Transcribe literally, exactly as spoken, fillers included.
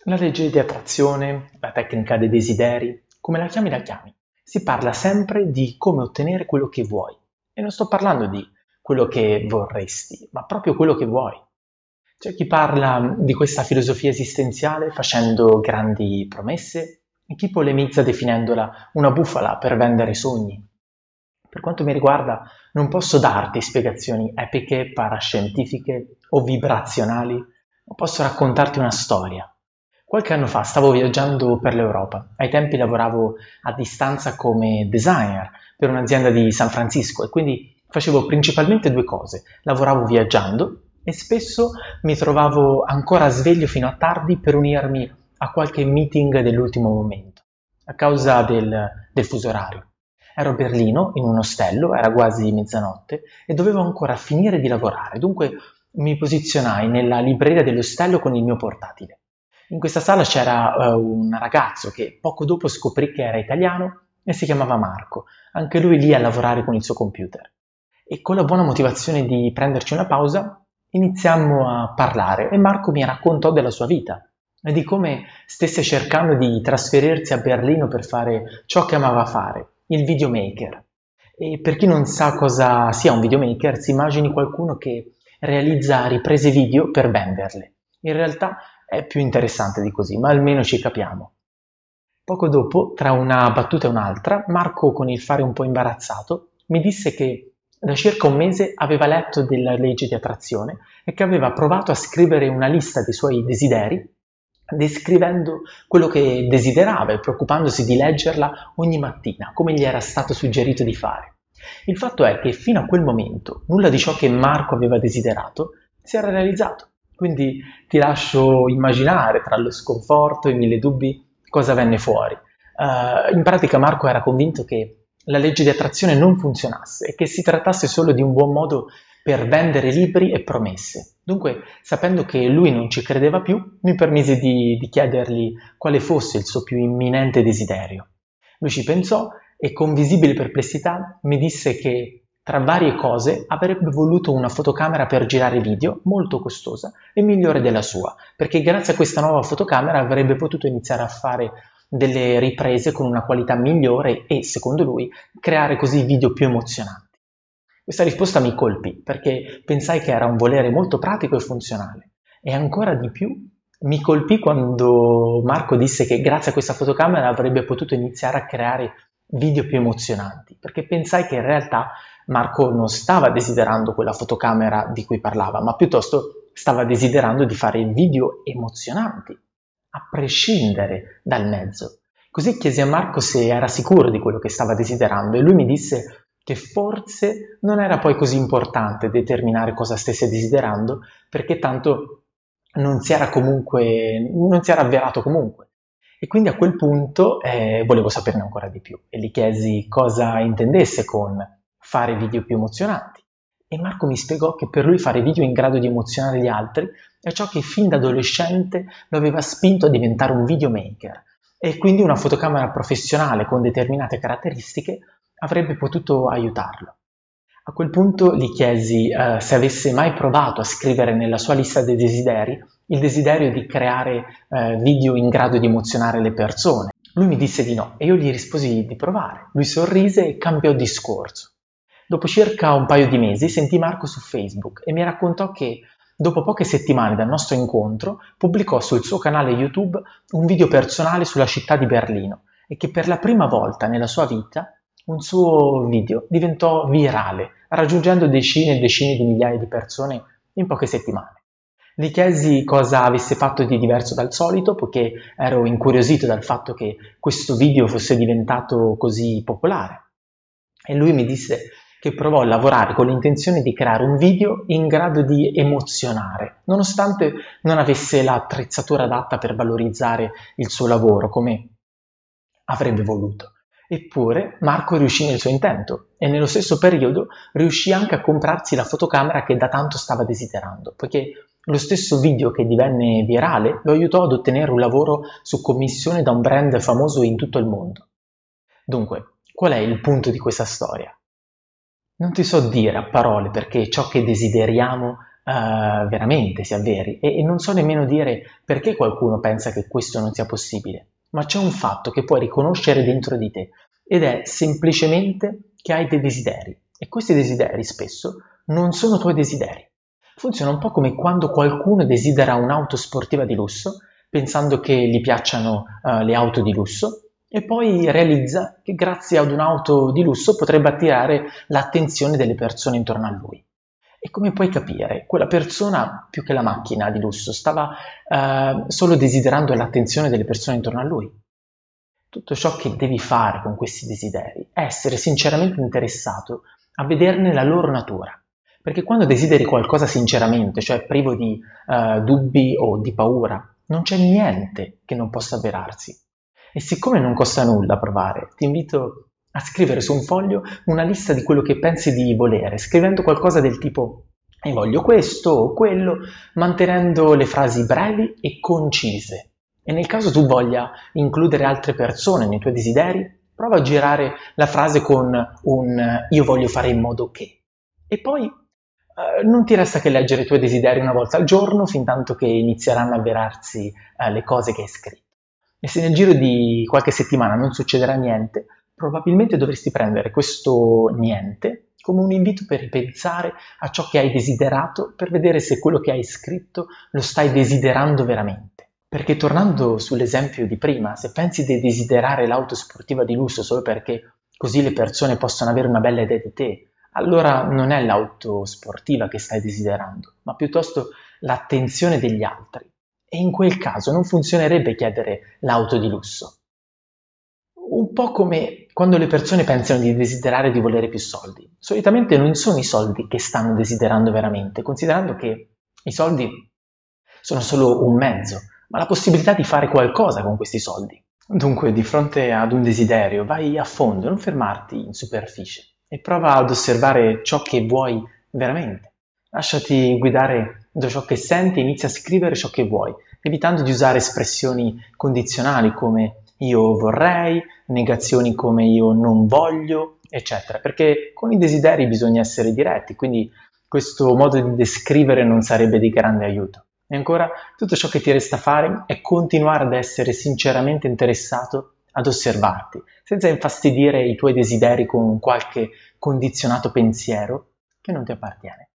La legge di attrazione, la tecnica dei desideri, come la chiami la chiami, si parla sempre di come ottenere quello che vuoi. E non sto parlando di quello che vorresti, ma proprio quello che vuoi. C'è chi parla di questa filosofia esistenziale facendo grandi promesse e chi polemizza definendola una bufala per vendere sogni. Per quanto mi riguarda, non posso darti spiegazioni epiche, parascientifiche o vibrazionali, ma posso raccontarti una storia. Qualche anno fa stavo viaggiando per l'Europa. Ai tempi lavoravo a distanza come designer per un'azienda di San Francisco e quindi facevo principalmente due cose. Lavoravo viaggiando e spesso mi trovavo ancora sveglio fino a tardi per unirmi a qualche meeting dell'ultimo momento, a causa del, del fuso orario. Ero a Berlino, in un ostello, era quasi mezzanotte e dovevo ancora finire di lavorare, dunque mi posizionai nella libreria dell'ostello con il mio portatile. In questa sala c'era uh, un ragazzo che poco dopo scoprì che era italiano e si chiamava Marco, anche lui lì a lavorare con il suo computer. E con la buona motivazione di prenderci una pausa, iniziammo a parlare e Marco mi raccontò della sua vita e di come stesse cercando di trasferirsi a Berlino per fare ciò che amava fare, il videomaker. E per chi non sa cosa sia un videomaker, si immagini qualcuno che realizza riprese video per venderle. In realtà è più interessante di così, ma almeno ci capiamo. Poco dopo, tra una battuta e un'altra, Marco, con il fare un po' imbarazzato, mi disse che da circa un mese aveva letto della legge di attrazione e che aveva provato a scrivere una lista dei suoi desideri, descrivendo quello che desiderava e preoccupandosi di leggerla ogni mattina, come gli era stato suggerito di fare. Il fatto è che fino a quel momento nulla di ciò che Marco aveva desiderato si era realizzato. Quindi ti lascio immaginare tra lo sconforto e i mille dubbi cosa venne fuori. Uh, in pratica Marco era convinto che la legge di attrazione non funzionasse e che si trattasse solo di un buon modo per vendere libri e promesse. Dunque, sapendo che lui non ci credeva più, mi permise di, di chiedergli quale fosse il suo più imminente desiderio. Lui ci pensò e con visibile perplessità mi disse che tra varie cose avrebbe voluto una fotocamera per girare video molto costosa e migliore della sua, perché grazie a questa nuova fotocamera avrebbe potuto iniziare a fare delle riprese con una qualità migliore e, secondo lui, creare così video più emozionanti. Questa risposta mi colpì perché pensai che era un volere molto pratico e funzionale e ancora di più mi colpì quando Marco disse che grazie a questa fotocamera avrebbe potuto iniziare a creare video più emozionanti, perché pensai che in realtà Marco non stava desiderando quella fotocamera di cui parlava, ma piuttosto stava desiderando di fare video emozionanti, a prescindere dal mezzo. Così chiesi a Marco se era sicuro di quello che stava desiderando e lui mi disse che forse non era poi così importante determinare cosa stesse desiderando, perché tanto non si era comunque, non si era avverato comunque. E quindi a quel punto eh, volevo saperne ancora di più e gli chiesi cosa intendesse con fare video più emozionanti. E Marco mi spiegò che per lui fare video in grado di emozionare gli altri è ciò che fin da adolescente lo aveva spinto a diventare un videomaker e quindi una fotocamera professionale con determinate caratteristiche avrebbe potuto aiutarlo. A quel punto gli chiesi eh, se avesse mai provato a scrivere nella sua lista dei desideri il desiderio di creare eh, video in grado di emozionare le persone. Lui mi disse di no e io gli risposi di provare. Lui sorrise e cambiò discorso. Dopo circa un paio di mesi sentì Marco su Facebook e mi raccontò che dopo poche settimane dal nostro incontro pubblicò sul suo canale YouTube un video personale sulla città di Berlino e che per la prima volta nella sua vita un suo video diventò virale, raggiungendo decine e decine di migliaia di persone in poche settimane. Gli chiesi cosa avesse fatto di diverso dal solito, poiché ero incuriosito dal fatto che questo video fosse diventato così popolare. E lui mi disse che provò a lavorare con l'intenzione di creare un video in grado di emozionare, nonostante non avesse l'attrezzatura adatta per valorizzare il suo lavoro come avrebbe voluto. Eppure Marco riuscì nel suo intento e nello stesso periodo riuscì anche a comprarsi la fotocamera che da tanto stava desiderando, poiché lo stesso video che divenne virale lo aiutò ad ottenere un lavoro su commissione da un brand famoso in tutto il mondo. Dunque, qual è il punto di questa storia? Non ti so dire a parole perché ciò che desideriamo veramente sia veri e, e non so nemmeno dire perché qualcuno pensa che questo non sia possibile, ma c'è un fatto che puoi riconoscere dentro di te ed è semplicemente che hai dei desideri e questi desideri spesso non sono tuoi desideri. Funziona un po' come quando qualcuno desidera un'auto sportiva di lusso pensando che gli piacciono uh, le auto di lusso e poi realizza che grazie ad un'auto di lusso potrebbe attirare l'attenzione delle persone intorno a lui. E come puoi capire, quella persona, più che la macchina di lusso, stava uh, solo desiderando l'attenzione delle persone intorno a lui. Tutto ciò che devi fare con questi desideri è essere sinceramente interessato a vederne la loro natura. Perché quando desideri qualcosa sinceramente, cioè privo di uh, dubbi o di paura, non c'è niente che non possa avverarsi. E siccome non costa nulla provare, ti invito a scrivere su un foglio una lista di quello che pensi di volere, scrivendo qualcosa del tipo «io voglio questo o quello», mantenendo le frasi brevi e concise. E nel caso tu voglia includere altre persone nei tuoi desideri, prova a girare la frase con un «io voglio fare in modo che». E poi Uh, non ti resta che leggere i tuoi desideri una volta al giorno, fin tanto che inizieranno a avverarsi uh, le cose che hai scritto. E se nel giro di qualche settimana non succederà niente, probabilmente dovresti prendere questo niente come un invito per ripensare a ciò che hai desiderato, per vedere se quello che hai scritto lo stai desiderando veramente. Perché tornando sull'esempio di prima, se pensi di desiderare l'auto sportiva di lusso solo perché così le persone possono avere una bella idea di te, allora non è l'auto sportiva che stai desiderando, ma piuttosto l'attenzione degli altri. E in quel caso non funzionerebbe chiedere l'auto di lusso. Un po' come quando le persone pensano di desiderare di volere più soldi. Solitamente non sono i soldi che stanno desiderando veramente, considerando che i soldi sono solo un mezzo, ma la possibilità di fare qualcosa con questi soldi. Dunque, di fronte ad un desiderio, vai a fondo, non fermarti in superficie e prova ad osservare ciò che vuoi veramente. Lasciati guidare da ciò che senti e inizia a scrivere ciò che vuoi, evitando di usare espressioni condizionali come io vorrei, negazioni come io non voglio, eccetera, perché con i desideri bisogna essere diretti, quindi questo modo di descrivere non sarebbe di grande aiuto. E ancora, tutto ciò che ti resta fare è continuare ad essere sinceramente interessato ad osservarti, senza infastidire i tuoi desideri con qualche condizionato pensiero che non ti appartiene.